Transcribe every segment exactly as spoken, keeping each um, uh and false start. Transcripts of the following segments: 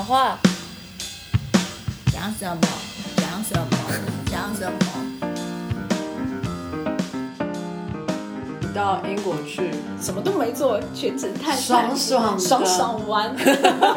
话，讲什么？讲什么？讲什么？ 到英国去， 什么都没做，全职探爽爽爽爽玩，也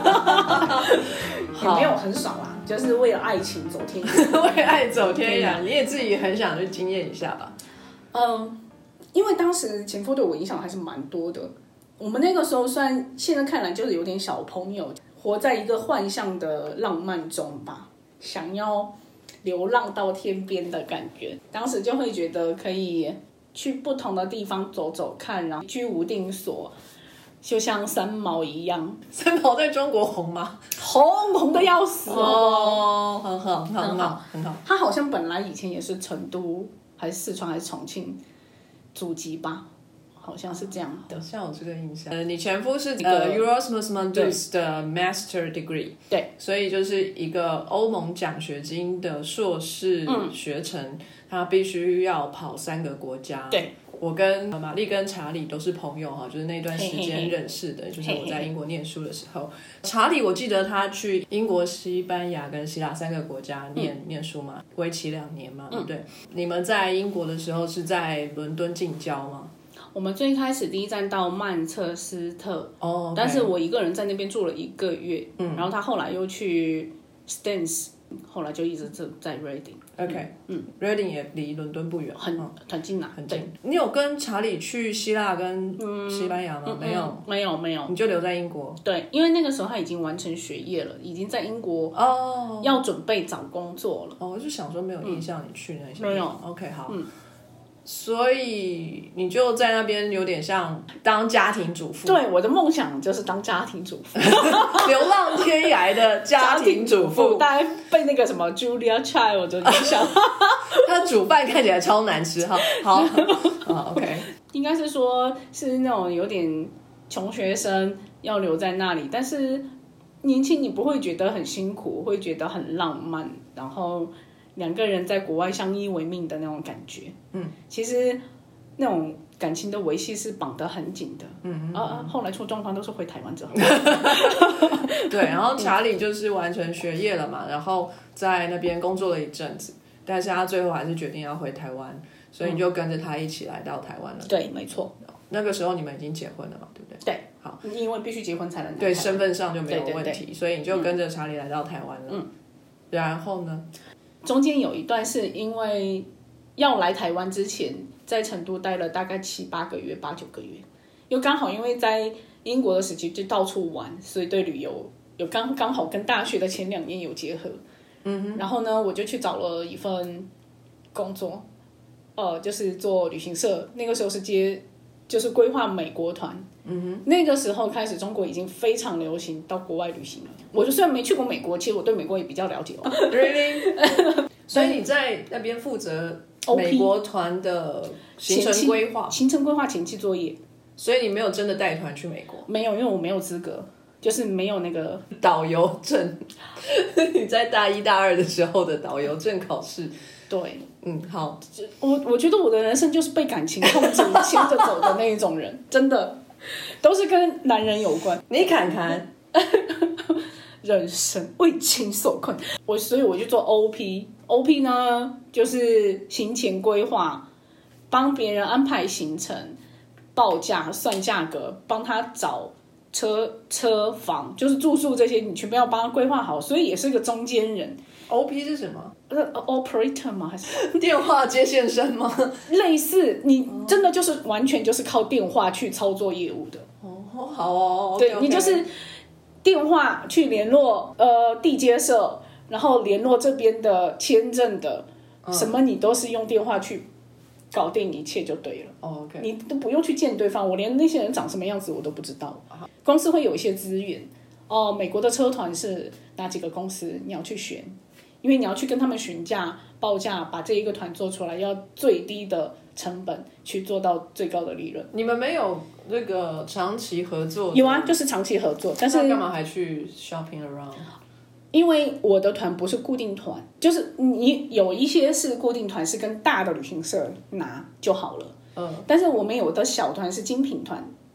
没有很爽啦，就是为了爱情走天涯， 为爱走天涯，你也自己很想去经验一下吧？ 嗯，因为当时前夫对我影响还是蛮多的。我们那个时候虽然现在看来就是有点小朋友，活在一个幻象的浪漫中吧，想要流浪到天边的感觉。当时就会觉得可以去不同的地方走走看，然后居无定所，就像三毛一样。 三毛在中国红吗？ 红红的要死哦，很好，很好，很好，很好。 他好像本来以前也是成都还是四川还是重庆祖籍吧，好像是这样的。 好像有这个印象。呃，你前夫是呃 Erasmus Mundus 的 Master Degree， 对， 所以就是一个欧盟奖学金的硕士学程，嗯、他必须要跑三个国家。 对。 我跟玛丽跟查理都是朋友哈，就是那段时间认识的，嘿嘿就是我在英国念书的时候。嘿嘿查理我记得他去英国、西班牙跟希腊三个国家念、嗯、念书嘛，为期两年嘛，对不对？嗯、你们在英国的时候是在伦敦近郊吗？ 我们最开始第一站到曼彻斯特， 哦、oh, okay ， 但是我一个人在那边住了一个月，嗯，然后他后来又去 Staines， 后来就一直在 Reading。OK， 嗯 ，Reading 也离伦敦不远， 很很近啊， 很近。你有跟查理去希腊跟西班牙吗？ 嗯、 没有、 嗯，没有，没有， 你就留在英国。 对，因为那个时候他已经完成学业了，已经在英国哦，要准备找工作了。 哦，我就想说没有印象你去那些、 嗯、没有。 OK， 好。 嗯。 所以你就在那边有点像当家庭主妇。 对，我的梦想就是当家庭主妇， 流浪天涯的家庭主妇。 大概被那个什么 Julia Child 的影响， 她煮饭看起来超难吃哈。好，好 ，OK， 应该是说是那种有点穷学生要留在那里，但是年轻你不会觉得很辛苦，会觉得很浪漫，然后两个人在国外相依为命的那种感觉。嗯，其实那种感情的维系是绑得很紧的。嗯嗯啊，后来出状况都是回台湾之后。 对，然后查理就是完成学业了嘛，然后在那边工作了一阵子，但是他最后还是决定要回台湾，所以你就跟着他一起来到台湾了。 嗯、对，没错。 那个时候你们已经结婚了嘛，对不对？ 对， 好， 因为必须结婚才能来。 对，身份上就没有问题， 对对对， 所以你就跟着查理来到台湾了。嗯，然后呢？ 中间有一段是因为要来台湾之前，在成都待了大概七八个月、八九个月，又刚好因为在英国的时期就到处玩，所以对旅游有刚刚好跟大学的前两年有结合。嗯哼，然后呢，我就去找了一份工作，呃，就是做旅行社，那个时候是接就是规划美国团。嗯哼，那个时候开始，中国已经非常流行到国外旅行了。我就虽然没去过美国，其实我对美国也比较了解哦。 Really？ 所以你在那边负责美国团的行程规划、 行程规划前期作业。 所以你没有真的带团去美国？ 没有，因为我没有资格，就是没有那个导游证。你在大一大二的时候的导游证考试。 对， 嗯，好。 我我觉得我的人生就是被感情控制牵着走的那一种人，真的都是跟男人有关。 你侃侃。 人生为情所困，我所以我就做 O P。O P 呢，就是行前规划，帮别人安排行程，报价、算价格，帮他找车车房，就是住宿这些，你全部要帮他规划好，所以也是个中间人。 O P 是什么？ 呃 ，operator 吗？还是电话接线生吗？ 类似，你真的就是完全就是靠电话去操作业务的。 哦，好哦， 对 okay, okay. 你就是电话去联络呃地接社，然后联络这边的签证的，嗯、什么你都是用电话去搞定一切就对了。 哦 okay. 你都不用去见对方，我连那些人长什么样子我都不知道。公司会有一些资源哦，美国的车团是哪几个公司，你要去选。因为你要去跟他们询价报价，把这一个团做出来，要最低的成本去做到最高的利润。 你们没有那个长期合作？ 有啊，就是长期合作，但是干嘛还去 shopping around？ 因为我的团不是固定团，就是你有一些是固定团，是跟大的旅行社拿就好了。嗯，但是我们有的小团是精品团，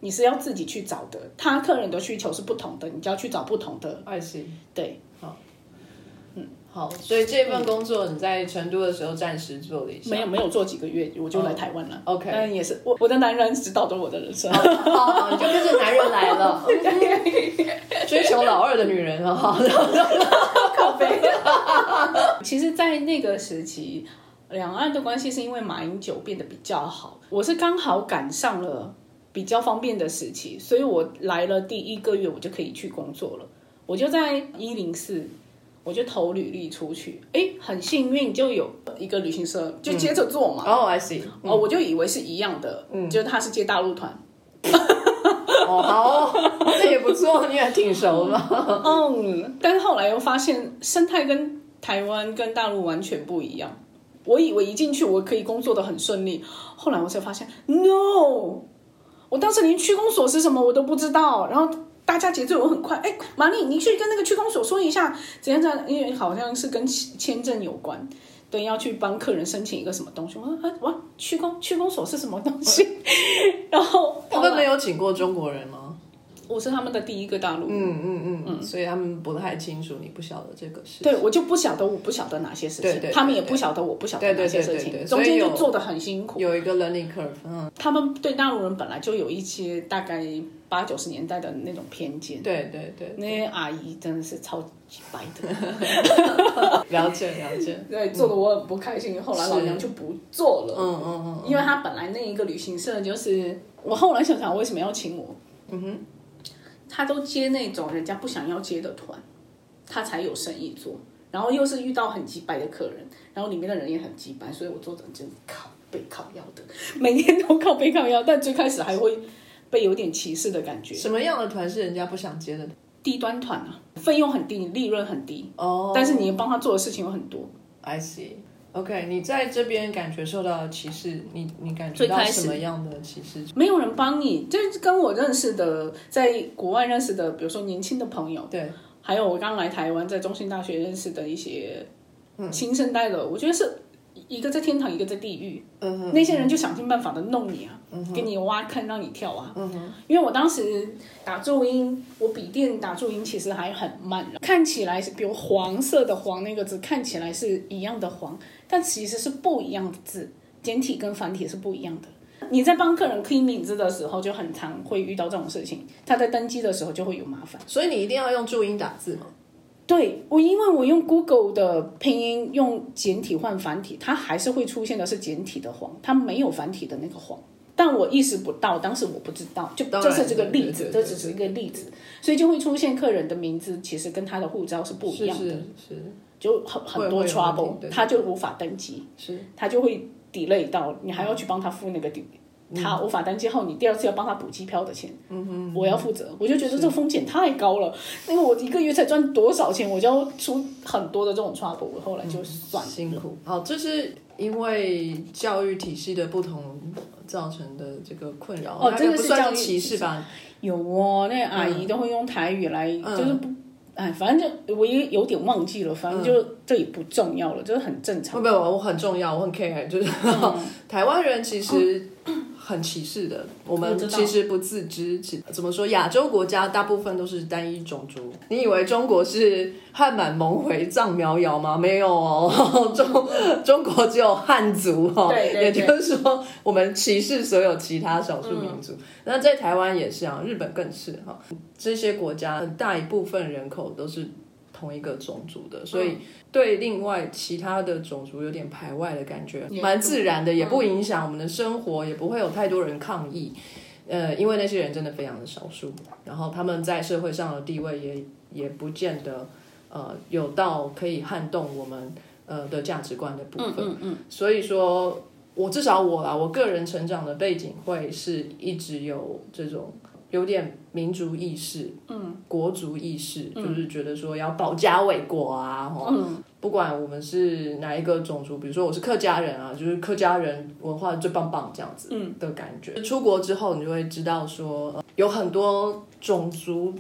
你是要自己去找的，他客人的需求是不同的，你就要去找不同的。 I see， 对， 好，嗯，好，所以这份工作你在成都的时候暂时做了一下， 没有没有做几个月我就来台湾了。 OK， 但也是我我的男人指导着我的人生。 好，好，你就跟着男人来了，追求老二的女人啊，好， 靠背。其实，在那个时期，两岸的关系是因为马英九变得比较好，我是刚好赶上了比较方便的时期，所以我来了第一个月我就可以去工作了。我就在一零四，我就投履历出去，哎，很幸运就有一个旅行社就接着做嘛。 哦、嗯 oh, I see， 嗯、哦，我就以为是一样的，嗯，就是他是接大陆团。 哦，好，那也不错，你也挺熟的。 嗯，但是后来又发现生态跟台湾跟大陆完全不一样。我以为一进去我可以工作的很顺利，后来我才发现 ，no， 我当时连区公所是什么我都不知道，然后大家节奏又很快，哎，玛丽，你去跟那个区公所说一下，怎样怎样，因为好像是跟签证有关。对，要去帮客人申请一个什么东西，我说啊，哇，区公区公所是什么东西？然后他们没有请过中国人吗？ 我是他们的第一个大陆， 嗯嗯嗯嗯，所以他们不太清楚，你不晓得这个事情。 对，我就不晓得，我不晓得哪些事情， 对对对对他们也不晓得，我不晓得哪些事情， 对对对对对， 中间就做得很辛苦。 有一个 learning curve， 嗯， 他们对大陆人本来就有一些大概八九十年代的那种偏见， 对对对， 那些阿姨真的是超级白的， 了解了解， 对，做的我很不开心，后来老娘就不做了， 嗯嗯嗯， 因为他本来那一个旅行社就是我后来想想为什么要请我，嗯哼。他都接那种人家不想要接的团，他才有生意做。然后又是遇到很鸡掰的客人，然后里面的人也很鸡掰，所以我做的真靠背靠腰的，每天都靠背靠腰。但最开始还会被有点歧视的感觉。 什么样的团是人家不想接的？ 低端团啊，费用很低，利润很低哦， 但是你帮他做的事情有很多。 I see。OK， 你在这边感觉受到歧视，你你感觉到什么样的歧视？ 没有人帮你，就是跟我认识的，在国外认识的，比如说年轻的朋友， 对， 还有我刚来台湾，在中兴大学认识的一些新生代的，嗯、我觉得是一个在天堂，一个在地狱。嗯哼，那些人就想尽办法的弄你啊，嗯、给你挖坑让你跳啊。嗯哼，因为我当时打注音，我笔电打注音其实还很慢，看起来是比如黄色的黄那个字看起来是一样的黄。但其实是不一样的字，简体跟繁体是不一样的。你在帮客人拼名字的时候，就很常会遇到这种事情。他在登机的时候就会有麻烦。 所以你一定要用注音打字吗？ 对，我因为我用 Google 的拼音用简体换繁体，它还是会出现的是简体的黄，它没有繁体的那个黄。但我意识不到，当时我不知道，就这是这个例子，这只是一个例子，所以就会出现客人的名字其实跟他的护照是不一样的。 是是是。 就很很多 trouble， 他就无法登记， 是，他就会 delay 到，你还要去帮他付那个 delay，、嗯、他无法登记后，你第二次要帮他补机票的钱，嗯哼，我要负责，我就觉得这个风险太高了，因为我一个月才赚多少钱，我就要出很多的这种 trouble， 我后来就算了、嗯、 辛苦。好，这是因为教育体系的不同造成的这个困扰， 哦，这个不算是歧视吧？ 有哦，那阿姨都会用台语来，嗯、就是不。哎，反正就我也有点忘记了，反正就、嗯、这也不重要了，就是很正常。 不不，我很重要，我很 care， 就是、嗯、台湾人其实很歧视的，我们其实不自知。怎么说？亚洲国家大部分都是单一种族。你以为中国是汉满蒙回藏苗瑶吗？没有哦，中中国只有汉族哦。 对对对， 也就是说，我们歧视所有其他少数民族。嗯、那在台湾也是啊，日本更是哈。这些国家很大一部分人口都是同一个种族的，所以对另外其他的种族有点排外的感觉，蛮自然的，也不影响我们的生活，也不会有太多人抗议。呃，因为那些人真的非常的少数，然后他们在社会上的地位也也不见得呃有到可以撼动我们呃的价值观的部分。嗯嗯嗯。所以说，我至少我啦，我个人成长的背景会是一直有这种。有点民族意识，嗯，国族意识，嗯、就是觉得说要保家卫国啊，嗯，不管我们是哪一个种族，比如说我是客家人啊，就是客家人文化最棒棒这样子的感觉。嗯、出国之后，你就会知道说，呃、有很多种族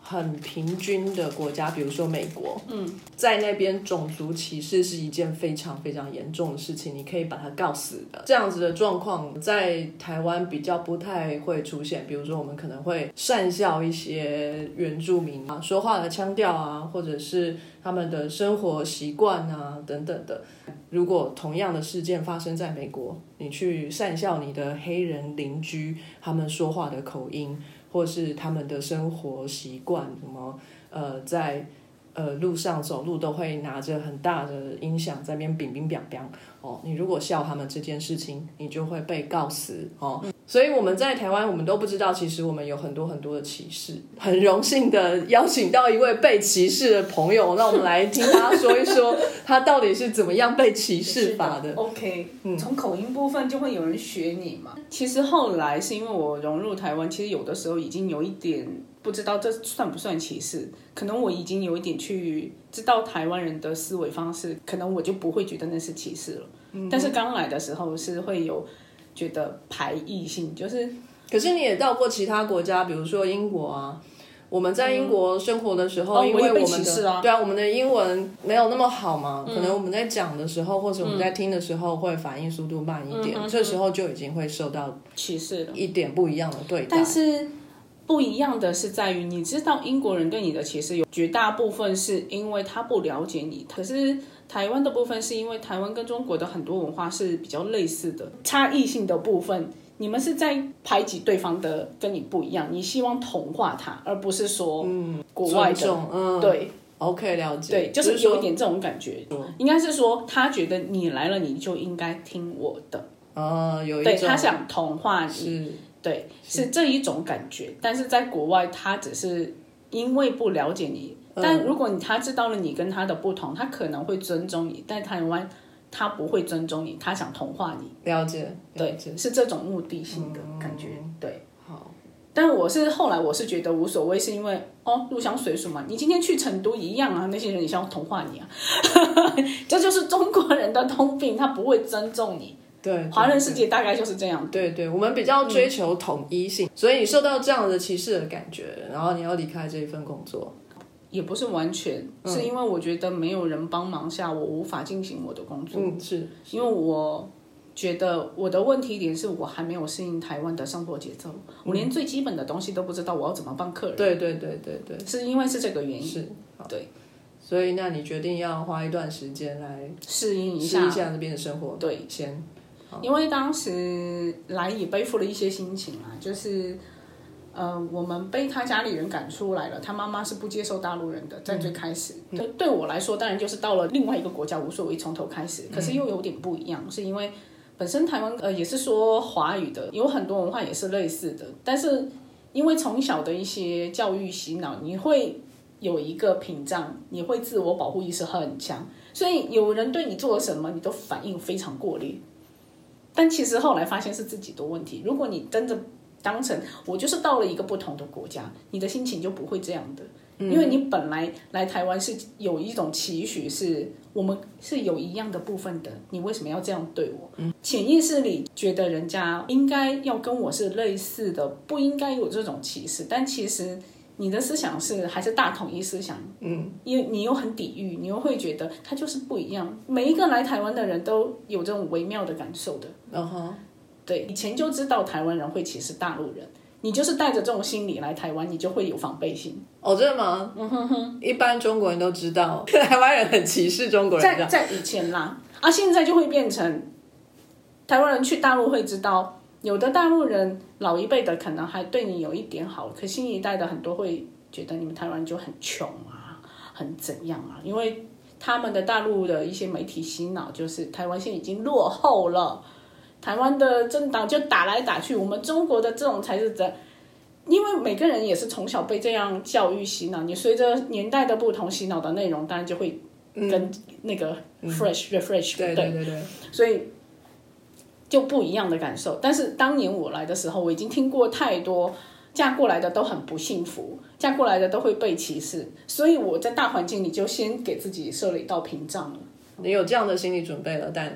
很平均的国家，比如说美国，嗯，在那边种族歧视是一件非常非常严重的事情，你可以把它告死的。这样子的状况在台湾比较不太会出现，比如说我们可能会善笑一些原住民啊说话的腔调啊，或者是他们的生活习惯啊等等的。如果同样的事件发生在美国，你去善笑你的黑人邻居他们说话的口音，或是他们的生活习惯，什么呃在呃路上走路都会拿着很大的音响在那边乒乒乓乓哦，你如果笑他们这件事情，你就会被告死哦。所以我们在台湾，我们都不知道，其实我们有很多很多的歧视。很荣幸的邀请到一位被歧视的朋友，那我们来听他说一说，他到底是怎么样被歧视法的。 OK， 嗯，从口音部分就会有人学你嘛。其实后来是因为我融入台湾，其实有的时候已经有一点不知道这算不算歧视，可能我已经有一点去知道台湾人的思维方式，可能我就不会觉得那是歧视了。嗯、但是刚来的时候是会有觉得排异性，就是可是你也到过其他国家，比如说英国啊。我们在英国生活的时候， 嗯、 因为我们的、 哦啊、 对啊，我们的英文没有那么好嘛，嗯、可能我们在讲的时候，或者我们在听的时候，会反应速度慢一点，嗯、这时候就已经会受到歧视了， 一点不一样的对待。 但是不一样的是在于，你知道英国人对你的歧视有绝大部分是因为他不了解你，可是台湾的部分是因为台湾跟中国的很多文化是比较类似的，差异性的部分。你们是在排挤对方的，跟你不一样，你希望同化他，而不是说国外的， 嗯嗯、 对 ，OK， 了解， 对，就是有一点这种感觉，应该是说他觉得你来了，你就应该听我的， 呃，有一种， 对他想同化你， 是， 对，是, 是这一种感觉，但是在国外，他只是因为不了解你，嗯、但如果你他知道了你跟他的不同，他可能会尊重你，但台湾。他不会尊重你，他想同化你。 了解， 对，是这种目的性的感觉。嗯、对， 好。 但我是后来我是觉得无所谓，是因为哦，入乡随俗嘛。你今天去成都一样啊，那些人也想同化你啊，这就是中国人的通病，他不会尊重你。 对， 华人世界大概就是这样。 对对，我们比较追求统一性，嗯、所以你受到这样的歧视的感觉，然后你要离开这一份工作。 也不是完全，嗯、是因为我觉得没有人帮忙下，我无法进行我的工作。 嗯，是， 因为我觉得我的问题点是我还没有适应台湾的生活节奏，嗯、我连最基本的东西都不知道，我要怎么帮客人。 对对对对对， 是因为是这个原因。 是， 对。 所以那你决定要花一段时间来适应一下， 适应一下那边的生活。 对， 先。 因为当时来也背负了一些心情啊，就是。呃，我们被他家里人赶出来了，他妈妈是不接受大陆人的，在最开始，嗯、对对我来说，当然就是到了另外一个国家无所谓，从头开始，可是又有点不一样，嗯、是因为本身台湾呃也是说华语的，有很多文化也是类似的，但是因为从小的一些教育洗脑，你会有一个屏障，你会自我保护意识很强，所以有人对你做了什么，你都反应非常过烈，但其实后来发现是自己的问题，如果你真的当成我就是到了一个不同的国家，你的心情就不会这样的，嗯、因为你本来来台湾是有一种期许，是我们是有一样的部分的，你为什么要这样对我？嗯、潜意识里觉得人家应该要跟我是类似的，不应该有这种歧视，但其实你的思想是还是大统一思想，嗯，因为你又很抵御，你又会觉得他就是不一样，每一个来台湾的人都有这种微妙的感受的，嗯哼。对，以前就知道台湾人会歧视大陆人，你就是带着这种心理来台湾，你就会有防备心。 哦，真的吗？嗯哼哼，一般中国人都知道台湾人很歧视中国人。 在在以前啦，啊，现在就会变成台湾人去大陆会知道，有的大陆人老一辈的可能还对你有一点好，可新一代的很多会觉得你们台湾人就很穷啊，很怎样啊，因为他们的大陆的一些媒体洗脑，就是台湾现在已经落后了。台湾的政党就打来打去，我们中国的这种才是真，因为每个人也是从小被这样教育洗脑，你随着年代的不同，洗脑的内容当然就会跟那个 fresh、嗯、refresh 对对对对， 所以就不一样的感受。但是当年我来的时候，我已经听过太多嫁过来的都很不幸福，嫁过来的都会被歧视，所以我在大环境里就先给自己设了一道屏障了。 你有这样的心理准备了，但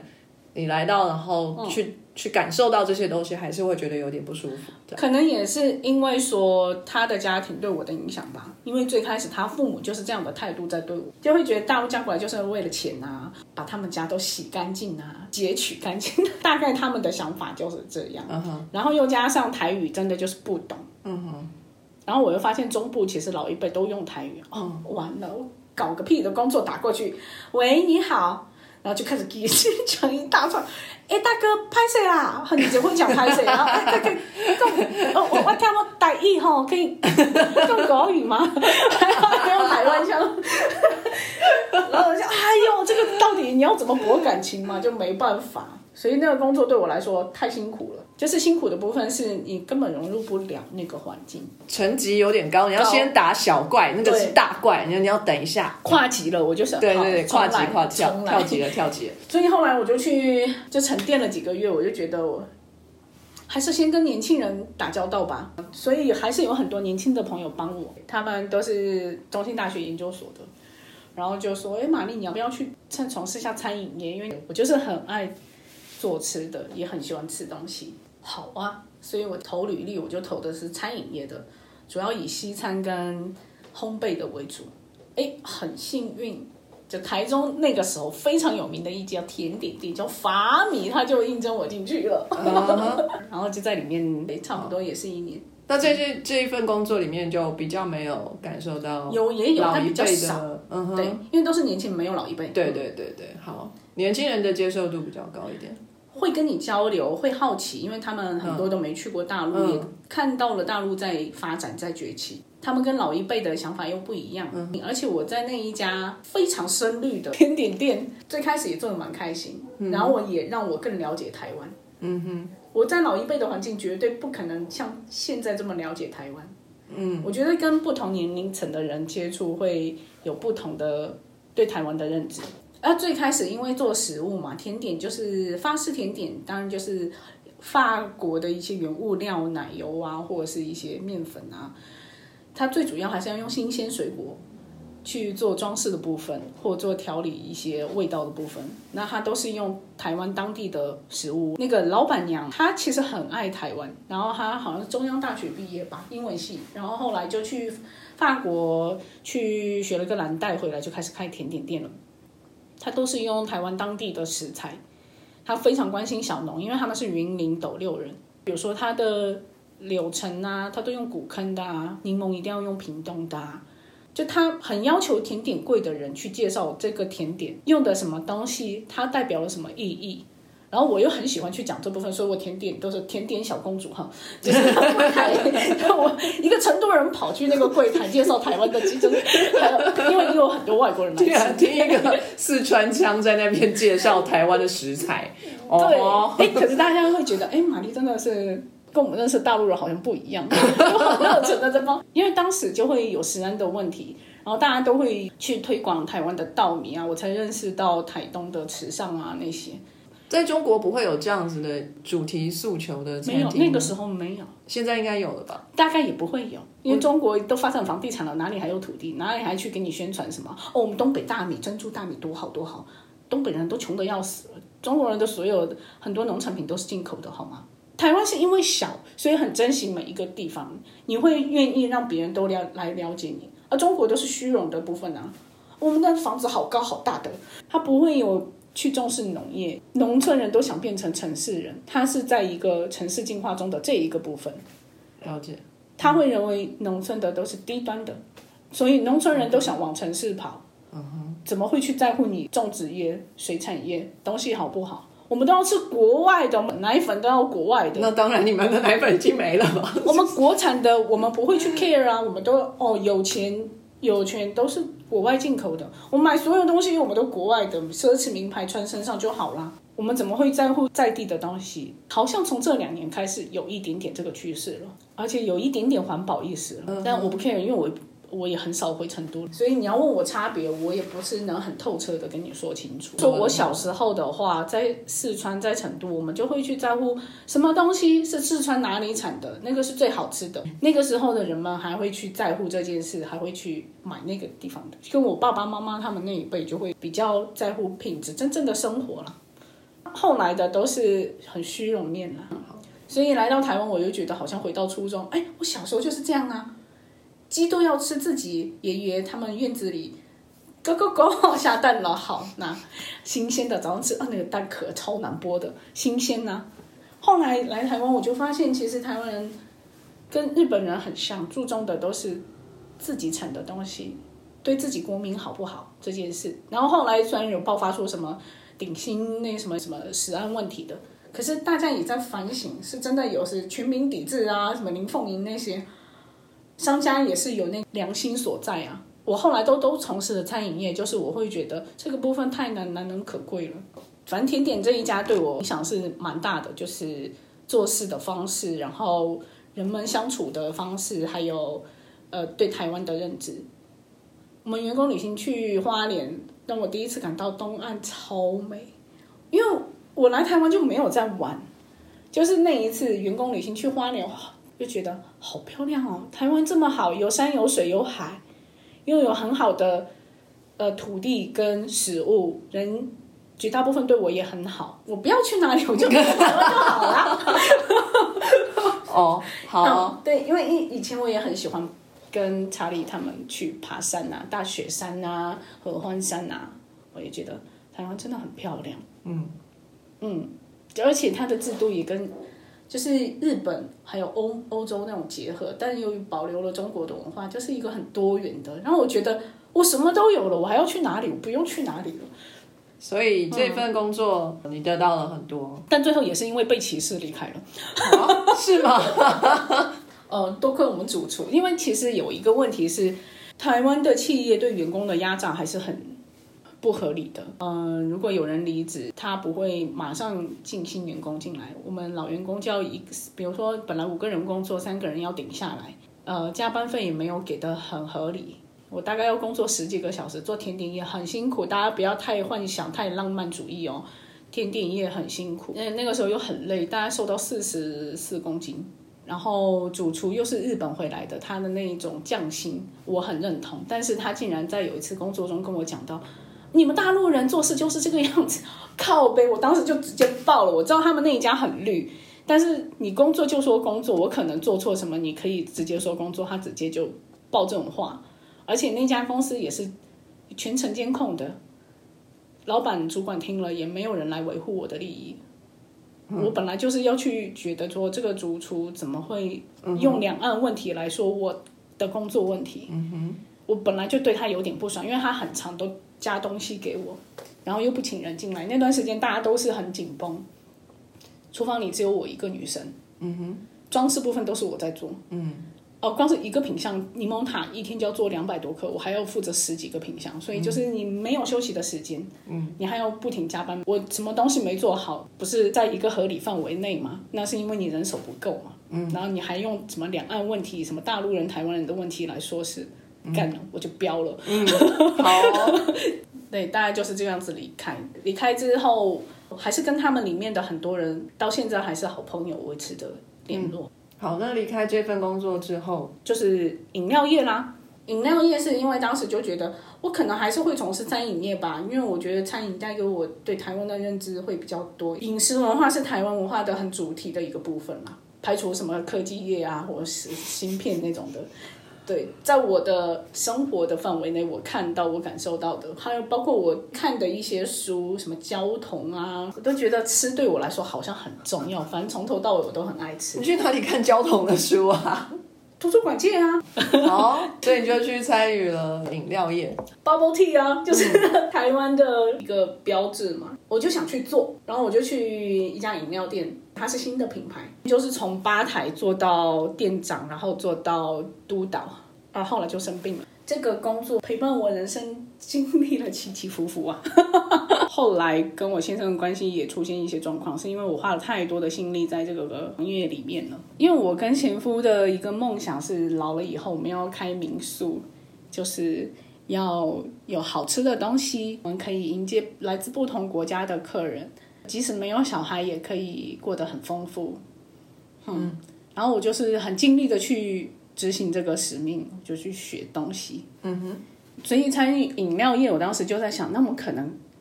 你来到然后去、嗯、去感受到这些东西，还是会觉得有点不舒服。 可能也是因为说他的家庭对我的影响吧，因为最开始他父母就是这样的态度在对我，就会觉得大陆嫁过来就是为了钱啊，把他们家都洗干净啊，截取干净，大概他们的想法就是这样。嗯、然后又加上台语真的就是不懂。嗯哼。然后我又发现中部其实老一辈都用台语，哦，完了，我搞个屁的工作打过去，喂，你好。然后就开始继续讲一大串，哎，大哥，拍谁啦？你只会讲拍谁？然后哎，可以用我我听我台语吼，可以用国语吗？还要用台湾腔。然后我就哎呦，这个到底你要怎么博感情嘛？就没办法。所以那个工作对我来说太辛苦了，就是辛苦的部分是你根本融入不了那个环境， 层级有点高，你要先打小怪，那个是大怪，你要等一下跨级了，我就想对对对，跨级跨跳跳级了跳级了。 所以后来我就去就沉淀了几个月，我就觉得我还是先跟年轻人打交道吧，所以还是有很多年轻的朋友帮我，他们都是中兴大学研究所的，然后就说，哎，玛丽，你要不要去从事一下餐饮业？因为我就是很爱做吃的，也很喜欢吃东西。好啊，所以我投履历我就投的是餐饮业的，主要以西餐跟烘焙的为主。哎，很幸运，就台中那个时候非常有名的一家甜点店叫法米，他就应征我进去了。uh-huh. 然后就在里面差不多也是一年。 那在这这一份工作里面就比较没有感受到有也有，但比较少。嗯哼，对，因为都是年轻人，没有老一辈。 对对对对，好，年轻人的接受度比较高一点。 会跟你交流，会好奇，因为他们很多都没去过大陆，嗯、也看到了大陆在发展、在崛起。他们跟老一辈的想法又不一样，嗯、而且我在那一家非常深绿的甜点店，最开始也做得蛮开心，嗯、然后我也让我更了解台湾。嗯哼，我在老一辈的环境绝对不可能像现在这么了解台湾。嗯，我觉得跟不同年龄层的人接触会有不同的对台湾的认知。啊，最开始因为做食物嘛，甜点就是法式甜点，当然就是法国的一些原物料，奶油啊，或者是一些面粉啊，它最主要还是要用新鲜水果去做装饰的部分，或做调理一些味道的部分。那它都是用台湾当地的食物。那个老板娘她其实很爱台湾，然后她好像是中央大学毕业吧，英文系，然后后来就去法国去学了个蓝带，回来就开始开甜点店了。他都是用台湾当地的食材，他非常关心小农，因为他们是云林斗六人。比如说他的柳橙啊，他都用古坑的啊，柠檬一定要用屏东的啊。就他很要求甜点柜的人去介绍这个甜点用的什么东西，它代表了什么意义。然后我又很喜欢去讲这部分，所以我甜点都是甜点小公主哈，就是柜台，我一个成都人跑去那个柜台介绍台湾的鸡胗，因为也有很多外国人来吃。对啊， 听一个四川腔在那边介绍台湾的食材。 哦，对，可是大家会觉得，哎，玛丽真的是跟我们认识大陆人好像不一样，有很热忱的这帮，因为当时就会有食安的问题。然后大家都会去推广台湾的稻米啊，我才认识到台东的池上啊那些。 在中国不会有这样子的主题诉求的餐厅吗？ 没有，那个时候没有， 现在应该有了吧？ 大概也不会有，因为中国都发展房地产了，哪里还有土地？哪里还去给你宣传什么？哦，我们东北大米、珍珠大米多好多好，东北人都穷得要死了。中国人的所有很多农产品都是进口的，好吗？台湾是因为小，所以很珍惜每一个地方，你会愿意让别人都了来了解你。而中国都是虚荣的部分啊，我们的房子好高好大的，它不会有去重视农业，农村人都想变成城市人，他是在一个城市进化中的这一个部分。 了解。 他会认为农村的都是低端的，所以农村人都想往城市跑。嗯哼。怎么会去在乎你种植业、水产业东西好不好？我们都要吃国外的，奶粉都要国外的。 那当然，你们的奶粉已经没了吧？ 我们国产的，我们不会去 care 啊，我们都哦有钱。有钱都是国外进口的，我们买所有东西我们都国外的，奢侈名牌穿身上就好啦。我们怎么会在乎在地的东西？好像从这两年开始有一点点这个趋势了，而且有一点点环保意识了。嗯、但我不 care， 因为我我也很少回成都，所以你要问我差别，我也不是能很透彻的跟你说清楚。说我小时候的话，在四川在成都，我们就会去在乎什么东西是四川哪里产的，那个是最好吃的。那个时候的人们还会去在乎这件事，还会去买那个地方的。跟我爸爸妈妈他们那一辈就会比较在乎品质，真正的生活了。 后来的都是很虚荣面啦。所以来到台湾，我就觉得好像回到初中。哎，我小时候就是这样啊，鸡都要吃自己爷爷他们院子里咯咯咯下蛋了，好，那新鲜的早上吃啊，那个蛋壳超难剥的，新鲜啊。后来来台湾，我就发现其实台湾人跟日本人很像，注重的都是自己产的东西，对自己国民好不好这件事。然后后来虽然有爆发出什么顶新那什么什么食安问题的，可是大家也在反省，是真的有是全民抵制啊，什么林凤营那些商家也是有那良心所在啊。我后来都都从事了餐饮业，就是我会觉得这个部分太难难能可贵了。反正甜点这一家对我影响是蛮大的，就是做事的方式，然后人们相处的方式，还有呃对台湾的认知。我们员工旅行去花莲，让我第一次感到东岸超美，因为我来台湾就没有在玩，就是那一次员工旅行去花莲，就觉得好漂亮哦，台湾这么好，有山有水有海，又有很好的呃土地跟食物，人绝大部分对我也很好，我不要去哪里，我就台湾就好了。 哦，好哦、 嗯，对，因为以以前我也很喜欢跟查理他们去爬山啊，大雪山啊，合欢山啊，我也觉得台湾真的很漂亮。嗯嗯，而且它的制度也跟就是日本还有欧欧洲那种结合，但由于保留了中国的文化，就是一个很多元的。然后我觉得我什么都有了，我还要去哪里？我不用去哪里了。 所以这份工作你得到了很多， 嗯、但最后也是因为被歧视离开了。 啊、是吗？ 呃，多亏我们主厨，因为其实有一个问题是，台湾的企业对员工的压榨还是很不合理的。嗯、呃，如果有人离职，他不会马上进新员工进来，我们老员工就要一，比如说本来五个人工作，三个人要顶下来，呃，加班费也没有给得很合理。我大概要工作十几个小时，做甜点也很辛苦，大家不要太幻想、太浪漫主义哦。甜点业很辛苦，那那个时候又很累，大概瘦到四十四公斤。然后主厨又是日本回来的，他的那一种匠心我很认同，但是他竟然在有一次工作中跟我讲到，你们大陆人做事就是这个样子，靠北，我当时就直接爆了。我知道他们那一家很绿，但是你工作就说工作，我可能做错什么，你可以直接说工作，他直接就爆这种话。而且那家公司也是全程监控的，老板主管听了也没有人来维护我的利益。嗯、我本来就是要去觉得说这个主厨怎么会用两岸问题来说我的工作问题。嗯哼，我本来就对他有点不爽，因为他很常都加东西给我，然后又不请人进来。那段时间大家都是很紧绷，厨房里只有我一个女生。嗯哼，装饰部分都是我在做。嗯。哦，光是一个品项柠檬塔一天就要做两百多颗，我还要负责十几个品项，所以就是你没有休息的时间，嗯，你还要不停加班。我什么东西没做好，不是在一个合理范围内吗？那是因为你人手不够嘛，嗯，然后你还用什么两岸问题、什么大陆人、台湾人的问题来说是干了，嗯、我就飙了，嗯，好、哦，对，大概就是这样子离开。离开之后，还是跟他们里面的很多人到现在还是好朋友维持的联络。嗯， 好，那离开这份工作之后， 就是饮料业啦。饮料业是因为当时就觉得我可能还是会从事餐饮业吧，因为我觉得餐饮带给我对台湾的认知会比较多。饮食文化是台湾文化的很主体的一个部分啦，排除什么科技业啊，或者是芯片那种的。对，在我的生活的范围内，我看到、我感受到的，还有包括我看的一些书，什么交通啊，我都觉得吃对我来说好像很重要。反正从头到尾我都很爱吃。 你去哪里看交通的书啊？ 图书馆借啊。 好，所以你就去参与了饮料业 ，Bubble Tea 啊，就是台湾的一个标志嘛。我就想去做，然后我就去一家饮料店，它是新的品牌，就是从吧台做到店长，然后做到督导，啊，后来就生病了。这个工作陪伴我人生经历了起起伏伏啊。后来跟我先生的关系也出现一些状况，是因为我花了太多的心力在这个行业里面了。因为我跟前夫的一个梦想是老了以后我们要开民宿，就是要有好吃的东西，我们可以迎接来自不同国家的客人，即使没有小孩也可以过得很丰富。嗯，然后我就是很尽力的去执行这个使命，就去学东西。嗯哼，所以参与饮料业，我当时就在想，那我可能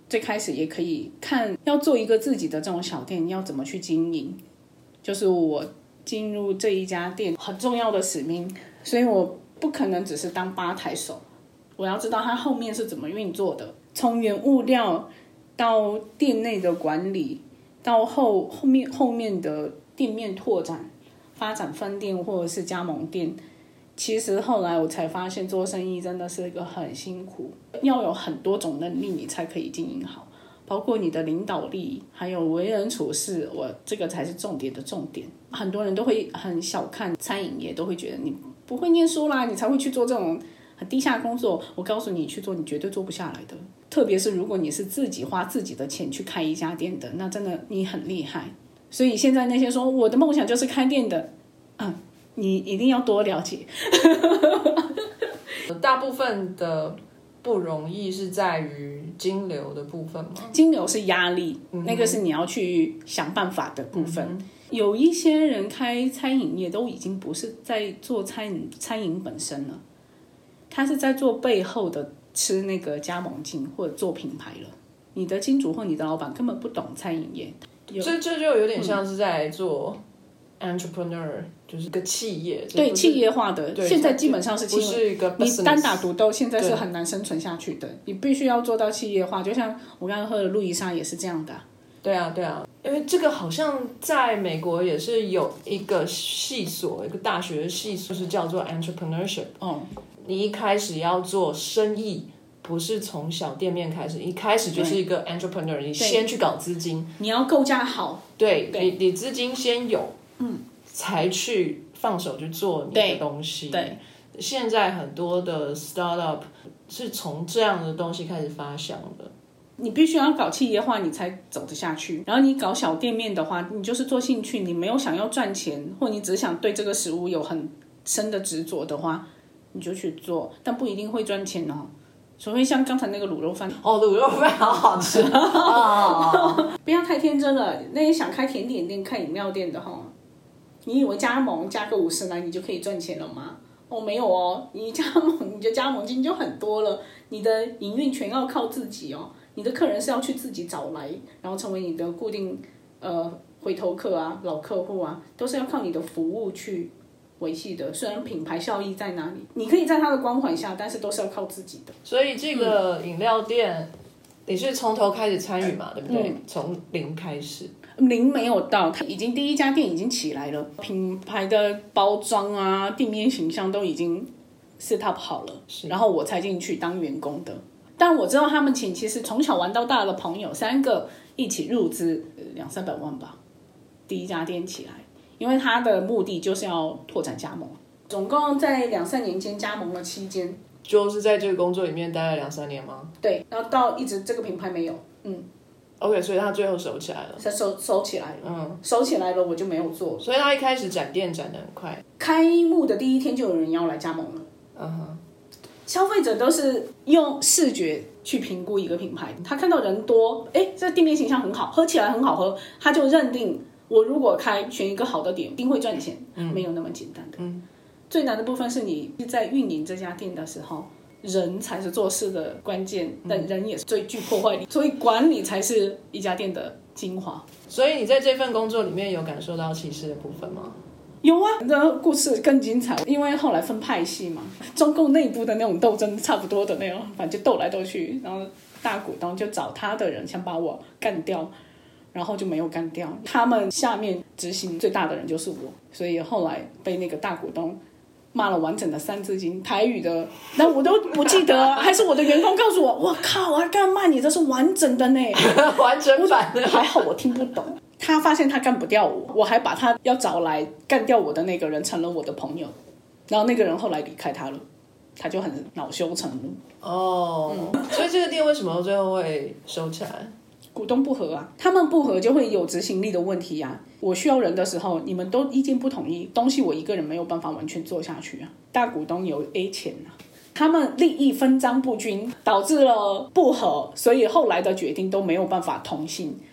最开始也可以看要做一个自己的这种小店要怎么去经营，就是我进入这一家店很重要的使命，所以我不可能只是当吧台手，我要知道它后面是怎么运作的，从原物料到店内的管理，到后后面后面的店面拓展、发展分店或者是加盟店。其实后来我才发现，做生意真的是一个很辛苦，要有很多种能力你才可以经营好，包括你的领导力，还有为人处事，我这个才是重点的重点。很多人都会很小看餐饮业，都会觉得你不会念书啦，你才会去做这种很低下的工作。我告诉你，去做你绝对做不下来的。特别是如果你是自己花自己的钱去开一家店的，那真的你很厉害。所以现在那些说我的梦想就是开店的，嗯，你一定要多了解。 大部分的不容易是在于金流的部分吗？ 金流是压力、嗯、那个是你要去想办法的部分、嗯、有一些人开餐饮业都已经不是在做餐饮餐饮本身了，他是在做背后的吃那个加盟金或者做品牌了。你的金主或你的老板根本不懂餐饮业， 这这就有点像是在做 entrepreneur、嗯、就是个企业， 对，企业化的，现在基本上是企业， 不是一个 business， 你单打独斗现在是很难生存下去的，你必须要做到企业化。就像我刚刚喝的路易莎也是这样的、啊、 对啊对啊，因为这个好像在美国也是有一个系所，一个大学的系所是叫做 entrepreneurship、哦、你一开始要做生意不是从小店面开始，一开始就是一个 entrepreneur， 你先去搞资金， 你要构架好， 对，对，你你资金先有，嗯，才去放手去做你的东西。对，对，现在很多的 startup 是从这样的东西开始发想的。 你必须要搞企业化，你才走得下去。然后你搞小店面的话，你就是做兴趣，你没有想要赚钱，或你只想对这个食物有很深的执着的话，你就去做，但不一定会赚钱哦。除非像刚才那个卤肉饭哦，卤肉饭好好吃哦， 不要太天真了。那些想开甜点店、开饮料店的哈，你以为加盟加个五十来你就可以赚钱了吗？哦，没有哦，你加盟你的加盟金就很多了，你的营运全要靠自己哦。你的客人是要去自己找来，然后成为你的固定呃回头客啊、老客户啊，都是要靠你的服务去维系的。虽然品牌效益在哪里，你可以在它的光环下，但是都是要靠自己的。 所以这个饮料店、嗯、你是从头开始参与嘛，对不对？从、嗯、零开始。 零没有到，它已经第一家店已经起来了，品牌的包装啊、店面形象都已经 set up 好了，然后我才进去当员工的。但我知道他们请其实从小玩到大的朋友三个一起入资两三百万吧，第一家店起来，因为他的目的就是要拓展加盟，总共在两三年间加盟了七间， 就是在这个工作里面待了两三年吗？ 对，然后到一直这个品牌没有，嗯 ，OK， 所以他最后收起来了， 他收收起来了，嗯，收起来了我就没有做， 所以他一开始展店展得很快， 开幕的第一天就有人要来加盟了，嗯哼。消费者都是用视觉去评估一个品牌，他看到人多，哎，这店面形象很好，喝起来很好喝，他就认定我如果开选一个好的点，一定会赚钱。嗯，没有那么简单的。嗯，最难的部分是你在运营这家店的时候，人才是做事的关键，但人也是最具破坏力，所以管理才是一家店的精华。 所以你在这份工作里面有感受到歧视的部分吗？ 有啊，这故事更精彩，因为后来分派系嘛，中共内部的那种斗争差不多的那种，反正就斗来斗去，然后大股东就找他的人想把我干掉，然后就没有干掉，他们下面执行最大的人就是我，所以后来被那个大股东骂了完整的三字经台语的，那我都不记得，还是我的员工告诉我，我靠，我干嘛你这是完整的呢， 完整版的， 还好我听不懂。他发现他干不掉我，我还把他要找来干掉我的那个人成了我的朋友，然后那个人后来离开他了，他就很恼羞成怒。 哦、嗯，所以这个店为什么最后会收起来？ 股东不合啊，他们不合就会有执行力的问题啊。我需要人的时候，你们都意见不统一，东西我一个人没有办法完全做下去啊。大股东有 A 钱啊，他们利益分赃不均，导致了不合，所以后来的决定都没有办法同心。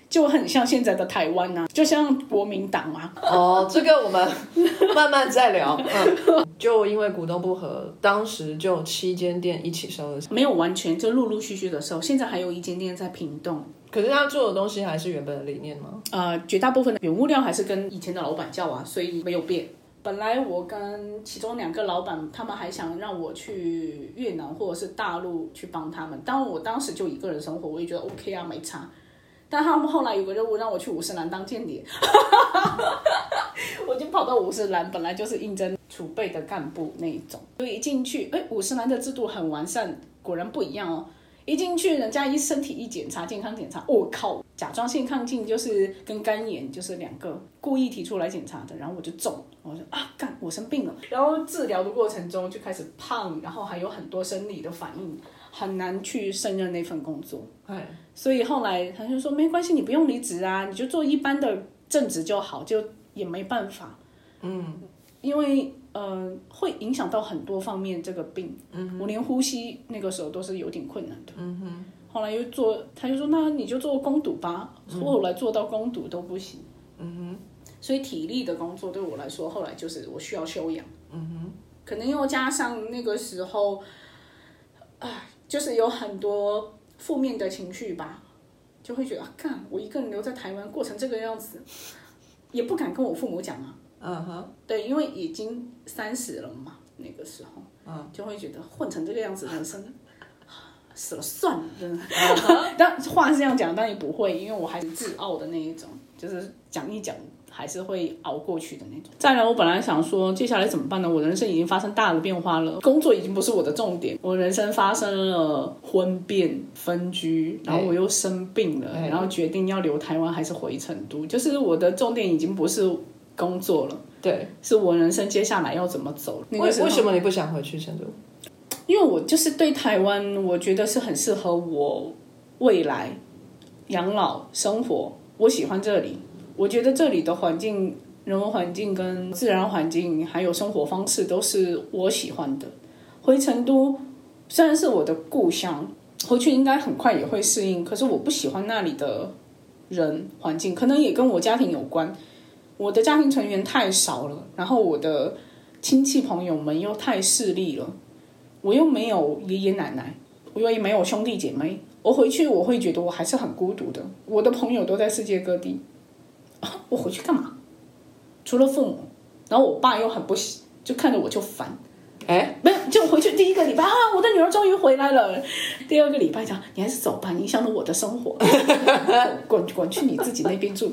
就很像现在的台湾啊，就像国民党啊。 哦，这个我们慢慢再聊。嗯，就因为股东不合，当时就有七间店一起收了。 没有完全，就陆陆续续的收。现在还有一间店在屏东。 可是他做的东西还是原本的理念吗？ 呃，绝大部分的原物料还是跟以前的老板叫啊，所以没有变。本来我跟其中两个老板，他们还想让我去越南或者是大陆去帮他们，但我当时就一个人生活，我也觉得 OK 啊，没差。但他们后来有个任务让我去五十岚当间谍，我就跑到五十岚，本来就是应征储备的干部那一种，所以一进去，哎，五十岚的制度很完善，果然不一样哦。一进去，人家一身体一检查健康检查，我、哦、靠，甲状腺亢进就是跟肝炎就是两个故意提出来检查的，然后我就中，我就啊干，我生病了。然后治疗的过程中就开始胖，然后还有很多生理的反应，很难去胜任那份工作。所以后来他就说没关系，你不用离职啊，你就做一般的正职就好，就也没办法。嗯，因为呃会影响到很多方面这个病，嗯，我连呼吸那个时候都是有点困难的。嗯哼，后来又做，他就说那你就做工读吧，嗯、后来做到工读都不行。嗯哼，所以体力的工作对我来说，后来就是我需要休养。嗯哼，可能又加上那个时候，啊，就是有很多负面的情绪吧，就会觉得啊，干我一个人留在台湾过成这个样子，也不敢跟我父母讲啊。嗯哼，对，因为已经三十了嘛，那个时候，嗯，就会觉得混成这个样子，人生死了算了，真的。Uh-huh. 但话是这样讲，但也不会，因为我还是自傲的那一种，就是讲一讲还是会熬过去的那种。再来，我本来想说接下来怎么办呢？我人生已经发生大的变化了，工作已经不是我的重点，我人生发生了婚变、分居，然后我又生病了，然后决定要留台湾还是回成都，就是我的重点已经不是工作了，对，是我人生接下来要怎么走。那个时候为什么你不想回去成都？ 因为我就是对台湾，我觉得是很适合我未来养老生活，我喜欢这里。我觉得这里的环境、人文环境跟自然环境，还有生活方式都是我喜欢的。回成都虽然是我的故乡，回去应该很快也会适应，可是我不喜欢那里的人环境，可能也跟我家庭有关。我的家庭成员太少了，然后我的亲戚朋友们又太势利了，我又没有爷爷奶奶，我又没有兄弟姐妹，我回去我会觉得我还是很孤独的。我的朋友都在世界各地，啊、我回去干嘛？除了父母，然后我爸又很不喜，就看着我就烦。哎，没有，就回去第一个礼拜啊，我的女儿终于回来了。第二个礼拜讲，你还是走吧，影响了我的生活，滚滚去你自己那边住。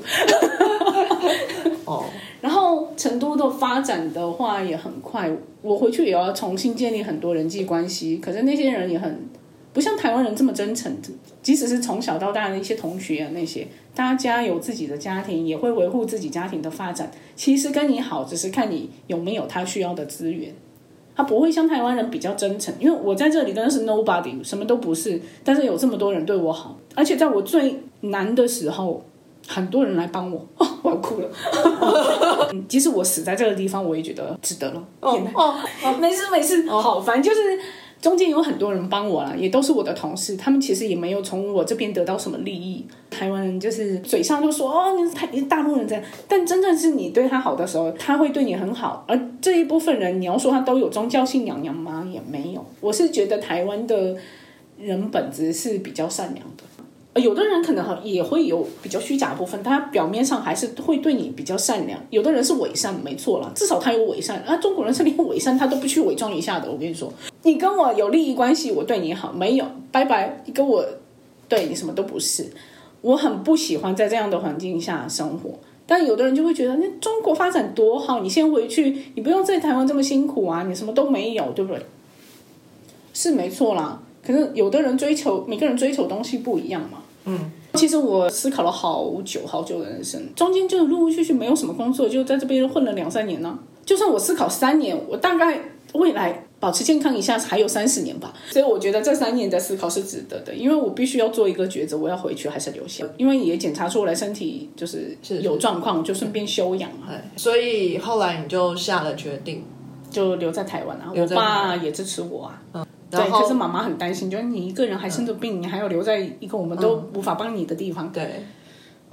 哦，然后成都的发展的话也很快，我回去也要重新建立很多人际关系，可是那些人也很不像台湾人这么真诚，即使是从小到大的一些同学啊，那些大家有自己的家庭，也会维护自己家庭的发展，其实跟你好只是看你有没有他需要的资源，他不会像台湾人比较真诚。因为我在这里真的是 nobody， 什么都不是，但是有这么多人对我好，而且在我最难的时候很多人来帮我，哦，我要哭了。即使我死在这个地方，我也觉得值得了。哦哦哦，没事没事，哦，好，反正就是中间有很多人帮我啦，也都是我的同事，他们其实也没有从我这边得到什么利益。台湾人就是嘴上就说哦，你是台你是大陆人这样，但真正是你对他好的时候，他会对你很好。而这一部分人，你要说他都有宗教信仰吗？也没有。我是觉得台湾的人本质是比较善良的。有的人可能也会有比较虚假的部分，他表面上还是会对你比较善良。有的人是伪善，没错啦，至少他有伪善。啊，中国人是连伪善他都不去伪装一下的。我跟你说，你跟我有利益关系，我对你好，没有，拜拜。你跟我对你什么都不是。我很不喜欢在这样的环境下生活。但有的人就会觉得，那中国发展多好，你先回去，你不用在台湾这么辛苦啊，你什么都没有，对不对？是没错啦。可是有的人追求，每个人追求东西不一样嘛。嗯，其实我思考了好久好久的人生，中间就陆陆续续没有什么工作，就在这边混了两三年呢。就算我思考三年，我大概未来保持健康一下还有三十年吧。所以我觉得这三年的思考是值得的，因为我必须要做一个抉择，我要回去还是留下。因为也检查出来身体就是有状况，就顺便休养嘛。 所以后来你就下了决定， 就留在台湾啊。我爸也支持我啊。嗯，对，可是妈妈很担心，就是你一个人还生着病，嗯，你还要留在一个我们都无法帮你的地方。 对，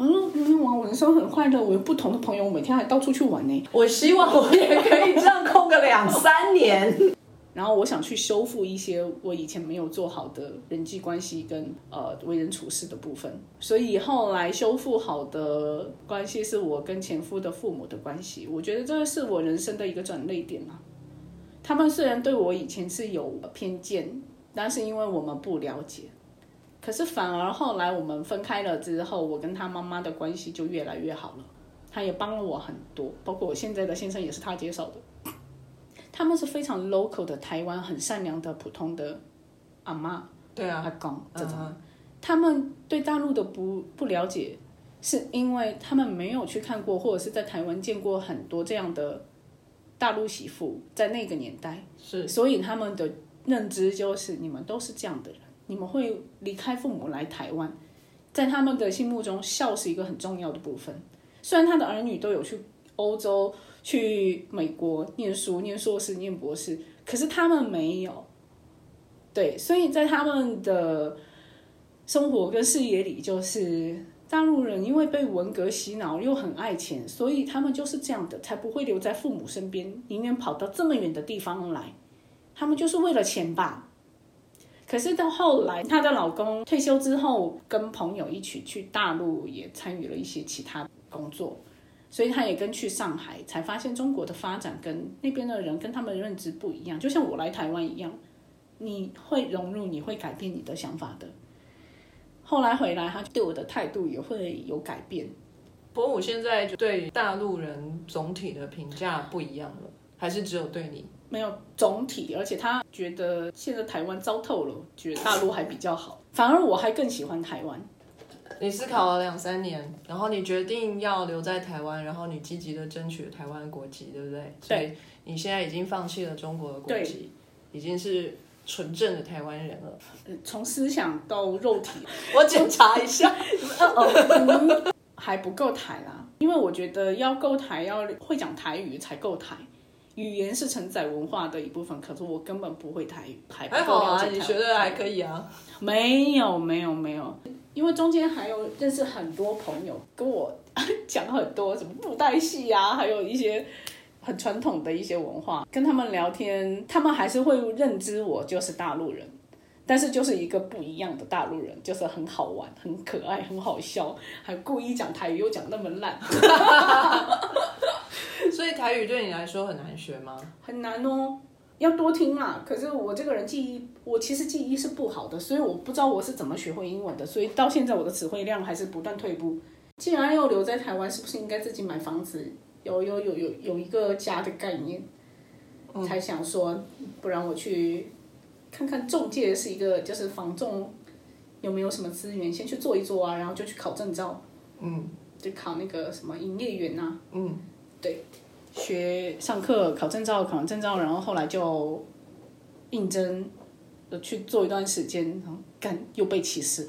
我说嗯，玩我人生很快乐，我有不同的朋友，我每天还到处去玩呢。 我希望我也可以这样空个两三年。 然后我想去修复一些我以前没有做好的人际关系跟呃为人处事的部分，所以后来修复好的关系是我跟前夫的父母的关系，我觉得这是我人生的一个转捩点嘛。他们虽然对我以前是有偏见，但是因为我们不了解，可是反而后来我们分开了之后，我跟他妈妈的关系就越来越好了，他也帮了我很多，包括我现在的先生也是他介绍的。他们是非常 local 的台湾很善良的普通的阿嬷， 对啊， 阿公这种， 嗯、 他们对大陆的不不了解，是因为他们没有去看过，或者是在台湾见过很多这样的大陆媳妇，在那个年代， 是， 所以他们的认知就是你们都是这样的人，你们会离开父母来台湾，在他们的心目中，孝是一个很重要的部分。虽然他的儿女都有去欧洲、去美国念书、念硕士、念博士，可是他们没有。对，所以在他们的生活跟视野里，就是大陆人因为被文革洗脑，又很爱钱，所以他们就是这样的，才不会留在父母身边，宁愿跑到这么远的地方来。他们就是为了钱吧。可是到后来，她的老公退休之后，跟朋友一起去大陆，也参与了一些其他工作，所以他也跟去上海，才发现中国的发展跟那边的人跟他们的认知不一样。就像我来台湾一样，你会融入，你会改变你的想法的。后来回来，他对我的态度也会有改变。 伯母现在对大陆人总体的评价不一样了，还是只有对你？ 没有总体，而且他觉得现在台湾糟透了，觉得大陆还比较好，反而我还更喜欢台湾。 你思考了两三年，然后你决定要留在台湾，然后你积极的争取台湾国籍，对不对？ 对。 所以你现在已经放弃了中国的国籍，已经是纯正的台湾人了。 从思想到肉体， 我检查一下， 嗯、还不够台啦，因为我觉得要够台，要会讲台语才够台。语言是承载文化的一部分，可是我根本不会台语，还不够了解台湾。还好啊， 你学的还可以啊。 没有没有没有，因为中间还有认识很多朋友，跟我讲很多什么布袋戏啊，还有一些很传统的一些文化，跟他们聊天，他们还是会认知我就是大陆人，但是就是一个不一样的大陆人，就是很好玩、很可爱、很好笑，还故意讲台语又讲那么烂。 所以台语对你来说很难学吗？ 很难哦，要多听啊。可是我这个人记忆，我其实记忆是不好的，所以我不知道我是怎么学会英文的，所以到现在我的词汇量还是不断退步。既然要留在台湾，是不是应该自己买房子，有有有有有一个家的概念？嗯、才想说，不然我去看看中介是一个，就是房仲有没有什么资源，先去做一做啊，然后就去考证照。嗯，就考那个什么营业员啊。嗯。对，学上课考证照，考完证照，然后后来就应征，去做一段时间，然后干又被歧视，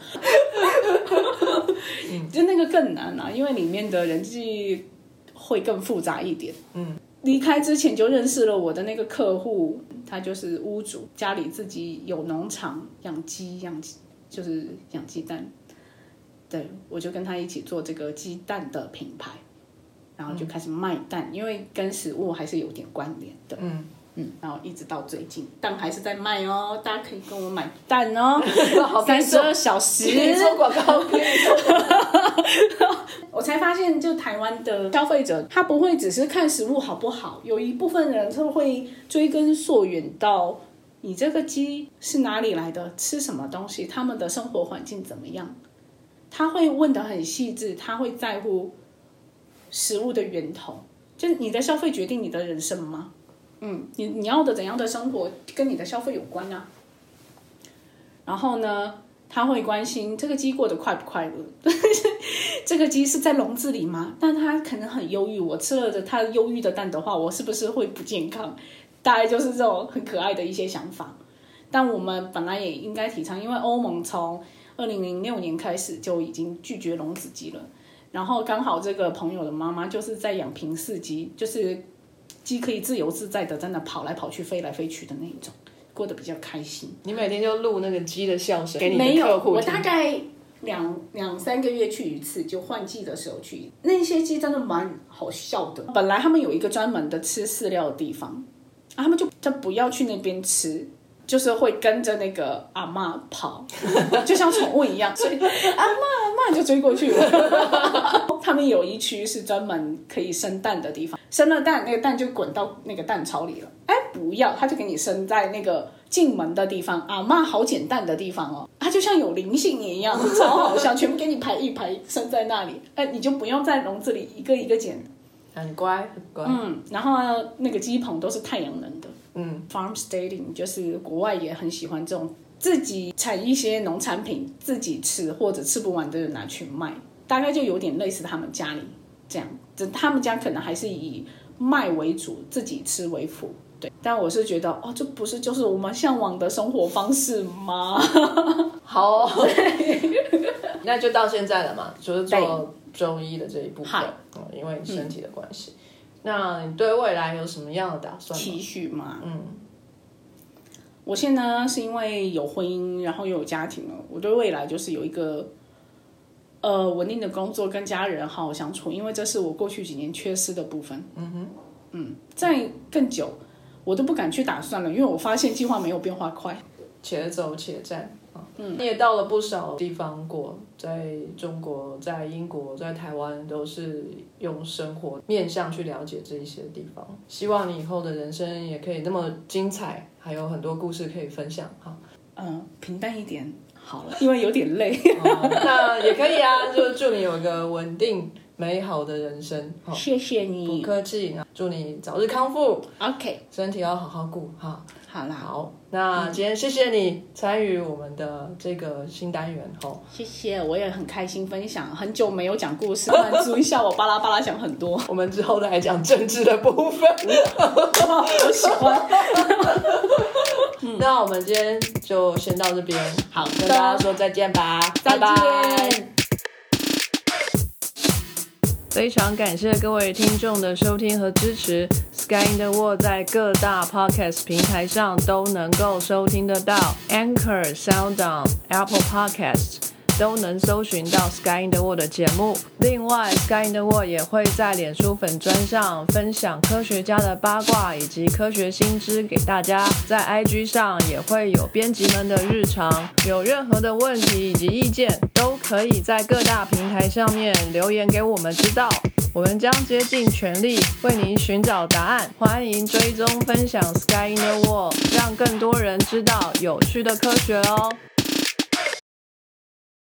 嗯、就那个更难啊，因为里面的人际会更复杂一点。嗯，离开之前就认识了我的那个客户，他就是屋主，家里自己有农场，养鸡，养就是养鸡蛋。对，我就跟他一起做这个鸡蛋的品牌。然后就开始卖蛋，因为跟食物还是有点关联的。嗯嗯，然后一直到最近，蛋还是在卖哦，大家可以跟我买蛋哦，三十二小时。 你做广告，可以做。 我才发现，就台湾的消费者，他不会只是看食物好不好，有一部分人他会追根溯源到你这个鸡是哪里来的，吃什么东西，他们的生活环境怎么样，他会问得很细致，他会在乎食物的源头，就你的消费决定你的人生吗？嗯，你你要的怎样的生活跟你的消费有关啊。然后呢，他会关心这个鸡过得快不快乐，这个鸡是在笼子里吗？但他可能很忧郁，我吃了的它忧郁的蛋的话，我是不是会不健康？大概就是这种很可爱的一些想法。但我们本来也应该提倡，因为欧盟从二零零六年开始就已经拒绝笼子鸡了。然后刚好这个朋友的妈妈就是在养平饲鸡，就是鸡可以自由自在的在那跑来跑去、飞来飞去的那一种，过得比较开心。 你每天就录那个鸡的笑声给你的客户听？ 没有，我大概两两三个月去一次，就换季的时候去。那些鸡真的蛮好笑的。本来他们有一个专门的吃饲料的地方，啊、他们就就不要去那边吃，就是会跟着那个阿嬷跑，就像宠物一样，所以阿嬷阿嬷就追过去了。他们有一区是专门可以生蛋的地方，生了蛋，那个蛋就滚到那个蛋槽里了。哎，不要，他就给你生在那个进门的地方，阿嬷好捡蛋的地方哦。它就像有灵性一样，超好笑，全部给你排一排生在那里。哎，你就不用在笼子里一个一个捡。 很乖，很乖。 嗯，然后呢，那个鸡棚都是太阳能的。 嗯 ，farm staying 就是国外也很喜欢这种自己产一些农产品自己吃，或者吃不完的拿去卖，大概就有点类似他们家里这样。他们家可能还是以卖为主，自己吃为辅。对，但我是觉得，哦，这不是就是我们向往的生活方式吗？ 好、哦，那就到现在了嘛，就是做中医的这一部分，嗯、因为身体的关系。嗯，那你对未来有什么样的打算吗？ 期许吗？ 嗯， 我现在呢是因为有婚姻，然后又有家庭了，我对未来就是有一个呃稳定的工作，跟家人好好相处，因为这是我过去几年缺失的部分。嗯哼，嗯，再更久我都不敢去打算了，因为我发现计划没有变化快， 且走且战。嗯，你也到了不少地方过，在中国、在英国、在台湾，都是用生活面向去了解这一些地方。希望你以后的人生也可以那么精彩，还有很多故事可以分享。哈， 嗯，平淡一点好了，因为有点累。 哦、那也可以啊，就祝你有一个稳定美好的人生。哦、 谢谢你， 不客气。祝你早日康复。 OK， 身体要好好顾哈。 好啦， 好，那今天谢谢你参与我们的这个新单元吼， 谢谢，我也很开心分享，很久没有讲故事，满足一下我巴拉巴拉讲很多。 我们之后再来讲政治的部分， 我喜欢。 那我们今天就先到这边， 好， 跟大家说再见吧， 再见。 拜拜。非常感谢各位听众的收听和支持。Sky in the World 在各大 Podcast 平台上都能够收听得到 ，Anchor、SoundOn、Apple Podcast 都能搜寻到 Sky in the World 的节目。另外 ，Sky in the World 也会在脸书粉专上分享科学家的八卦以及科学新知给大家，在 I G 上也会有编辑们的日常。有任何的问题以及意见，都可以在各大平台上面留言给我们知道。我们将竭尽全力为您寻找答案，欢迎追踪分享 Sky in the World， 让更多人知道有趣的科学哦。